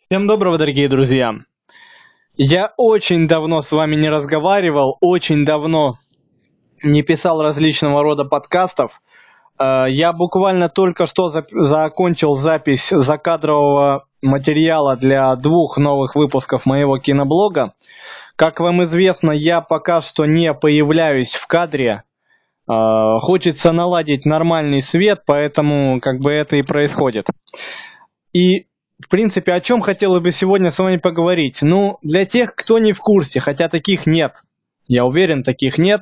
Всем доброго, дорогие друзья! Я очень давно с вами не разговаривал, очень давно не писал различного рода подкастов. Я буквально только что закончил запись закадрового материала для 2 новых выпусков моего киноблога. Как вам известно, я пока что не появляюсь в кадре. Хочется наладить нормальный свет, поэтому это и происходит. И в принципе, о чем хотел бы сегодня с вами поговорить? Для тех, кто не в курсе, хотя таких нет, я уверен, таких нет,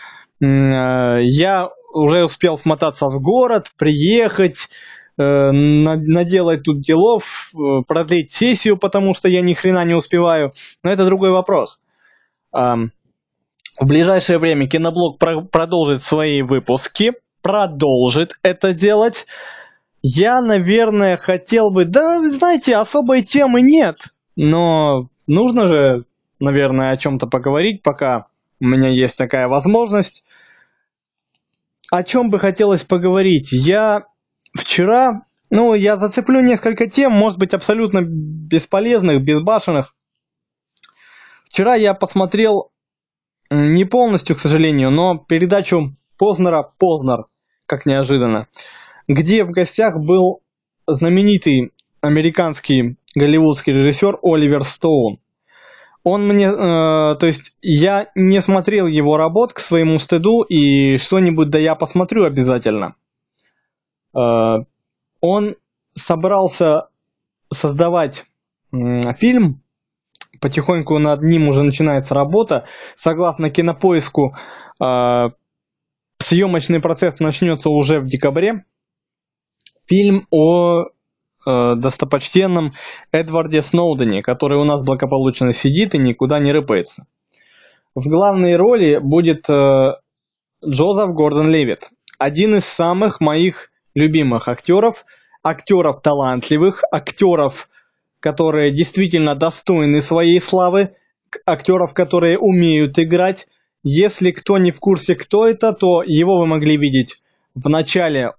я уже успел смотаться в город, приехать, наделать тут делов, продлить сессию, потому что я ни хрена не успеваю, но это другой вопрос. В ближайшее время киноблог продолжит свои выпуски, продолжит это делать. Я, наверное, хотел бы... Да, вы знаете, особой темы нет. Но нужно же, наверное, о чем-то поговорить, пока у меня есть такая возможность. О чем бы хотелось поговорить? Я вчера... я зацеплю несколько тем, может быть, абсолютно бесполезных, безбашенных. Вчера я посмотрел, не полностью, к сожалению, но передачу Познера «Познер», как неожиданно, где в гостях был знаменитый американский голливудский режиссер Оливер Стоун. Он мне, я не смотрел его работ, к своему стыду, и что-нибудь да я посмотрю обязательно. Он собрался создавать фильм, потихоньку над ним уже начинается работа. Согласно Кинопоиску, съемочный процесс начнется уже в декабре. Фильм о достопочтенном Эдварде Сноудене, который у нас благополучно сидит и никуда не рыпается. В главной роли будет Джозеф Гордон-Левитт, один из самых моих любимых актеров талантливых, актеров, которые действительно достойны своей славы, актеров, которые умеют играть. Если кто не в курсе, кто это, то его вы могли видеть в начале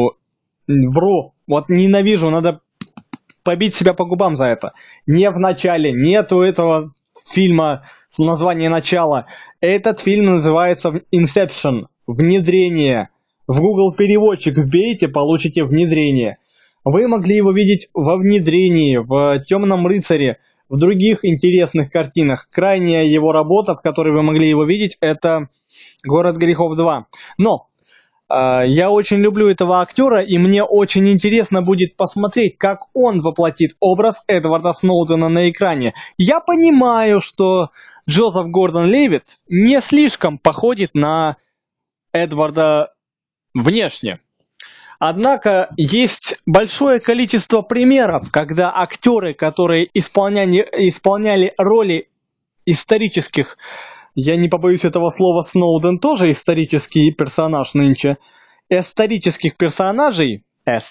ненавижу, надо побить себя по губам за это. Не в начале, нету этого фильма с названием «Начало». Этот фильм называется «Inception», «Внедрение». В Google переводчик вбейте, получите «Внедрение». Вы могли его видеть во «Внедрении», в «Темном рыцаре», в других интересных картинах. Крайняя его работа, в которой вы могли его видеть, это «Город грехов 2». Но я очень люблю этого актера, и мне очень интересно будет посмотреть, как он воплотит образ Эдварда Сноудена на экране. Я понимаю, что Джозеф Гордон-Левитт не слишком походит на Эдварда внешне. Однако есть большое количество примеров, когда актеры, которые исполняли роли исторических, я не побоюсь этого слова, Сноуден тоже исторический персонаж нынче, исторических персонажей,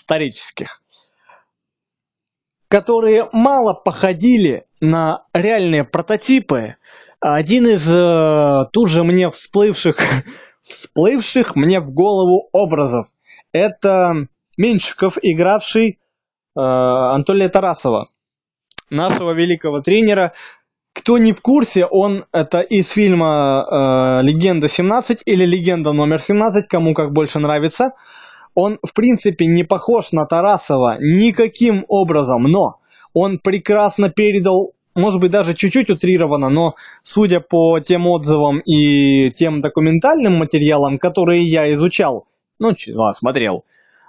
которые мало походили на реальные прототипы. Один из тут же мне всплывших мне в голову образов — это Меньшиков, игравший Анатолия Тарасова, нашего великого тренера. Кто не в курсе, он это из фильма «Легенда 17» или «Легенда номер 17», кому как больше нравится. Он, в принципе, не похож на Тарасова никаким образом, но он прекрасно передал, может быть, даже чуть-чуть утрированно, но судя по тем отзывам и тем документальным материалам, которые я изучал, смотрел,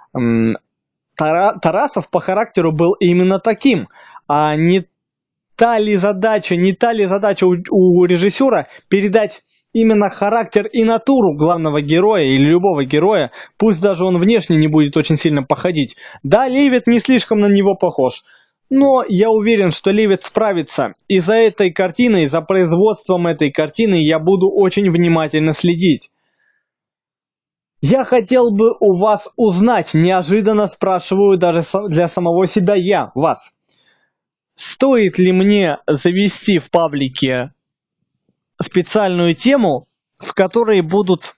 Тарасов по характеру был именно таким, а не та ли задача у режиссера передать именно характер и натуру главного героя или любого героя, пусть даже он внешне не будет очень сильно походить. Да, Левитт не слишком на него похож, но я уверен, что Левитт справится, и за этой картиной, за производством этой картины я буду очень внимательно следить. Я хотел бы у вас узнать, неожиданно спрашиваю даже для самого себя вас. Стоит ли мне завести в паблике специальную тему, в которой будет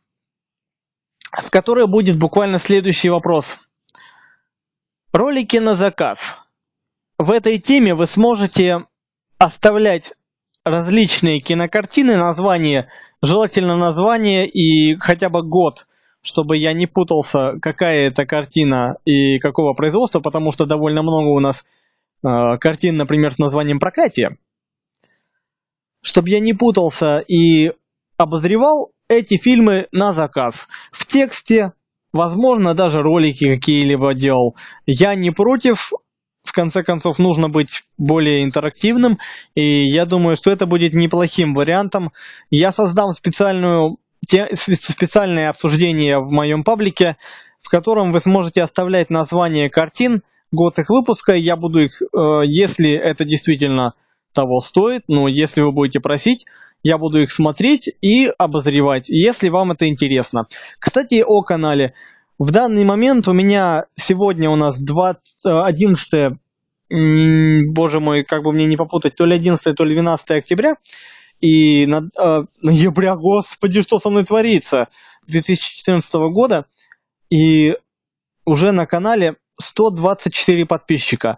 буквально следующий вопрос. Ролики на заказ. в этой теме вы сможете оставлять различные кинокартины, названия, желательно название и хотя бы год, чтобы я не путался, какая это картина и какого производства, потому что довольно много у нас картин, например, с названием «Проклятие». Чтобы я не путался и обозревал эти фильмы на заказ. В тексте, возможно, даже ролики какие-либо делал. Я не против. В конце концов, нужно быть более интерактивным, и я думаю, что это будет неплохим вариантом. Я создам специальное обсуждение в моем паблике, в котором вы сможете оставлять названия картин, год их выпуска. Я буду их, если это действительно того стоит, но если вы будете просить, я буду их смотреть и обозревать, если вам это интересно. Кстати, о канале. В данный момент у меня сегодня у нас 11, боже мой, как бы мне не попутать, то ли 11, то ли 12 октября. И ноября, господи, что со мной творится, 2014 года. И уже на канале 124 подписчика.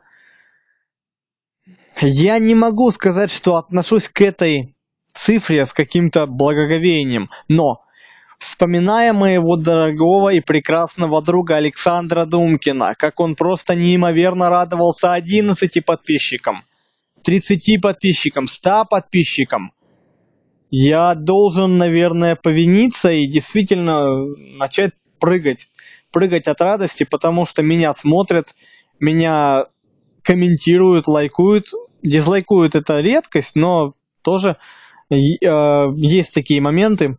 Я не могу сказать, что отношусь к этой цифре с каким-то благоговением, но вспоминая моего дорогого и прекрасного друга Александра Думкина, как он просто неимоверно радовался 11 подписчикам, 30 подписчикам, 100 подписчикам, я должен, наверное, повиниться и действительно начать прыгать от радости, потому что меня смотрят, меня комментируют, лайкуют. Дизлайкуют — это редкость, но тоже есть такие моменты.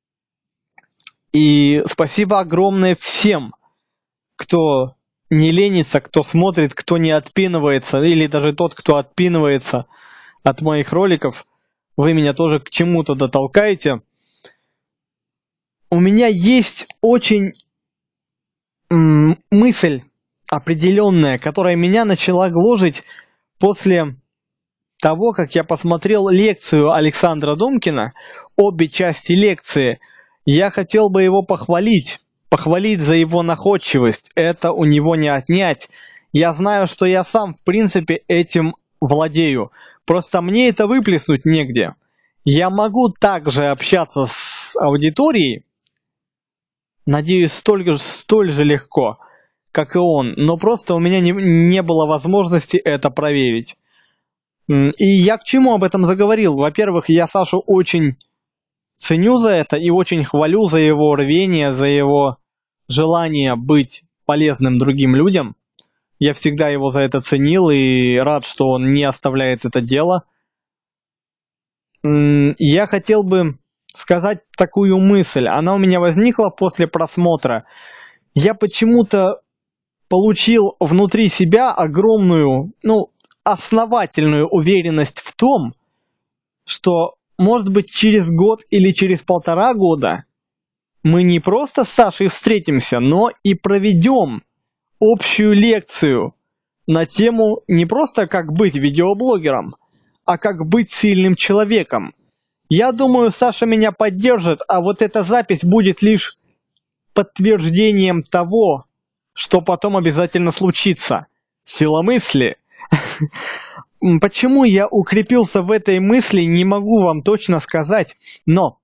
И спасибо огромное всем, кто не ленится, кто смотрит, кто не отпинывается, или даже тот, кто отпинывается от моих роликов. Вы меня тоже к чему-то дотолкаете. У меня есть очень мысль определенная, которая меня начала гложить после того, как я посмотрел лекцию Александра Думкина, обе части лекции. Я хотел бы его похвалить за его находчивость. Это у него не отнять. Я знаю, что я сам, в принципе, этим владею. Просто мне это выплеснуть негде. Я могу также общаться с аудиторией, надеюсь, столь же легко, как и он, но просто у меня не было возможности это проверить. И я к чему об этом заговорил? Во-первых, я Сашу очень ценю за это и очень хвалю за его рвение, за его желание быть полезным другим людям. Я всегда его за это ценил и рад, что он не оставляет это дело. Я хотел бы сказать такую мысль. Она у меня возникла после просмотра. Я почему-то получил внутри себя огромную, основательную уверенность в том, что, может быть, через год или через 1,5 года мы не просто с Сашей встретимся, но и проведем общую лекцию на тему не просто как быть видеоблогером, а как быть сильным человеком. Я думаю, Саша меня поддержит, а вот эта запись будет лишь подтверждением того, что потом обязательно случится. Сила мысли. Почему я укрепился в этой мысли, не могу вам точно сказать, но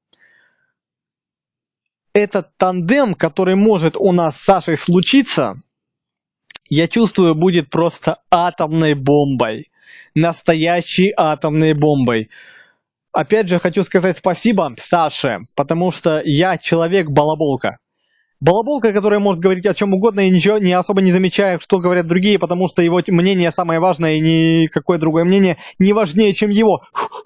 этот тандем, который может у нас с Сашей случиться, я чувствую, будет просто атомной бомбой. Настоящей атомной бомбой. Опять же, хочу сказать спасибо Саше, потому что я человек-балаболка. Балаболка, которая может говорить о чем угодно и ничего не особо не замечая, что говорят другие, потому что его мнение самое важное, и никакое другое мнение не важнее, чем его.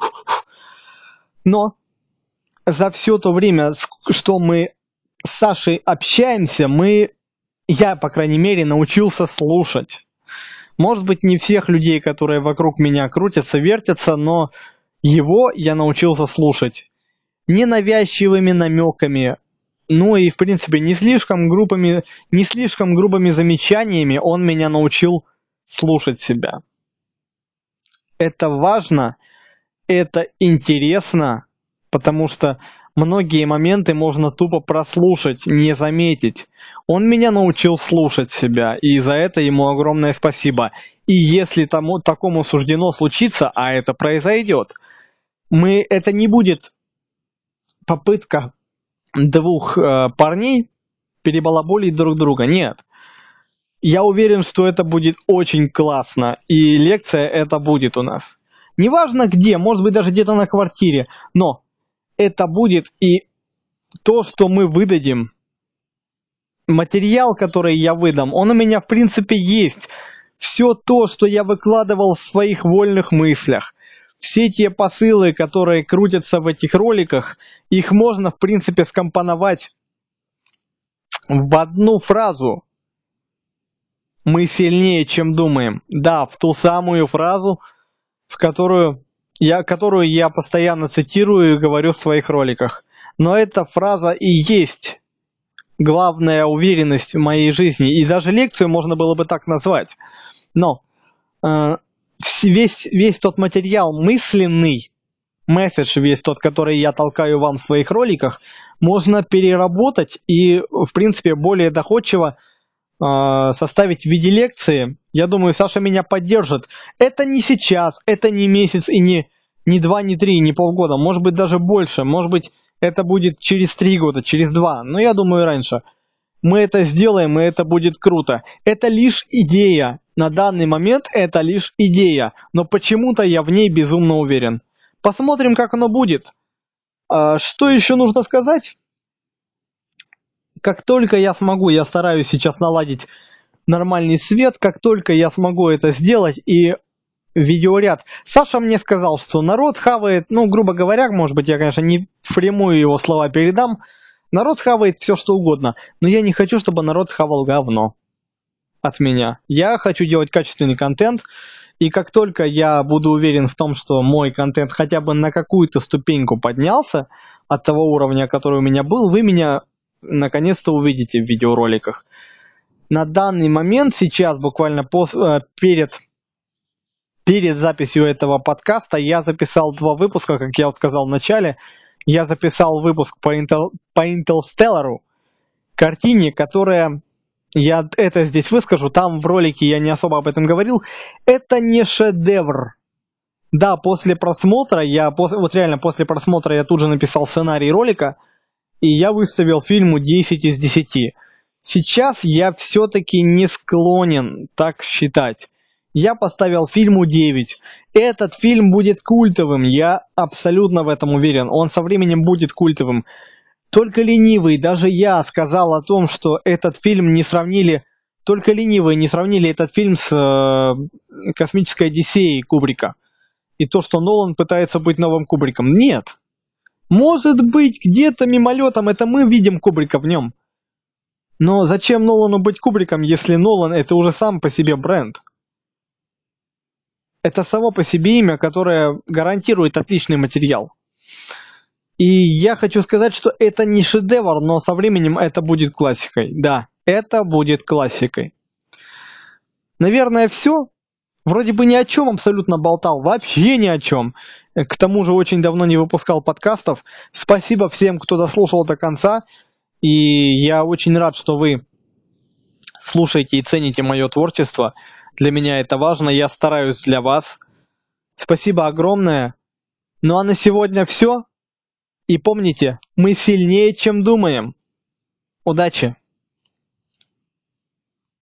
Но за все то время, что мы с Сашей общаемся, я, по крайней мере, научился слушать. Может быть, не всех людей, которые вокруг меня крутятся, вертятся, но его я научился слушать. Ненавязчивыми намеками, и, в принципе, не слишком грубыми замечаниями он меня научил слушать себя. Это важно, это интересно, потому что Многие моменты можно тупо прослушать, не заметить. Он меня научил слушать себя, и за это ему огромное спасибо. И если такому суждено случиться, а это произойдет, это не будет попытка двух парней перебалаболить друг друга. Нет. Я уверен, что это будет очень классно, и лекция это будет у нас. Неважно где, может быть даже где-то на квартире, но это будет, и то, что мы выдадим, материал, который я выдам, он у меня в принципе есть. Все то, что я выкладывал в своих вольных мыслях, все те посылы, которые крутятся в этих роликах, их можно в принципе скомпоновать в одну фразу. Мы сильнее, чем думаем. Да, в ту самую фразу, которую я постоянно цитирую и говорю в своих роликах. Но эта фраза и есть главная уверенность в моей жизни. И даже лекцию можно было бы так назвать. Но весь тот материал мысленный, месседж весь тот, который я толкаю вам в своих роликах, можно переработать и, в принципе, более доходчиво составить в виде лекции. Я думаю, Саша меня поддержит. Это не сейчас, это не месяц и не 2, не 3, не полгода. Может быть, даже больше. Может быть, это будет через 3 года, через 2. Но я думаю, раньше. Мы это сделаем, и это будет круто. Это лишь идея. На данный момент это лишь идея. Но почему-то я в ней безумно уверен. Посмотрим, как оно будет. Что еще нужно сказать? Как только я смогу, я стараюсь сейчас наладить нормальный свет, как только я смогу это сделать и видеоряд. Саша мне сказал, что народ хавает, ну, грубо говоря, может быть, я, конечно, не впрямую его слова передам, народ хавает все, что угодно, но я не хочу, чтобы народ хавал говно от меня. Я хочу делать качественный контент, и как только я буду уверен в том, что мой контент хотя бы на какую-то ступеньку поднялся от того уровня, который у меня был, вы меня наконец-то увидите в видеороликах. На данный момент, сейчас, буквально перед записью этого подкаста, я записал 2 выпуска, как я сказал в начале. Я записал выпуск по Interstellar, картине, которая, я это здесь выскажу, там в ролике я не особо об этом говорил, это не шедевр. Да, после просмотра, вот реально после просмотра я тут же написал сценарий ролика, и я выставил фильму 10 из 10. Сейчас я все-таки не склонен так считать. Я поставил фильму 9. Этот фильм будет культовым, я абсолютно в этом уверен. Он со временем будет культовым. Только ленивый, даже я сказал о том, что этот фильм не сравнили... Только ленивые не сравнили этот фильм с «Космической Одиссеей» Кубрика. И то, что Нолан пытается быть новым Кубриком. Нет. Может быть, где-то мимолетом это мы видим Кубрика в нем. Но зачем Нолану быть Кубриком, если Нолан это уже сам по себе бренд? Это само по себе имя, которое гарантирует отличный материал. И я хочу сказать, что это не шедевр, но со временем это будет классикой. Да, это будет классикой. Наверное, все. Вроде бы ни о чем абсолютно болтал, вообще ни о чем. К тому же очень давно не выпускал подкастов. Спасибо всем, кто дослушал до конца. И я очень рад, что вы слушаете и цените мое творчество. Для меня это важно, я стараюсь для вас. Спасибо огромное. Ну а на сегодня все. И помните, мы сильнее, чем думаем. Удачи!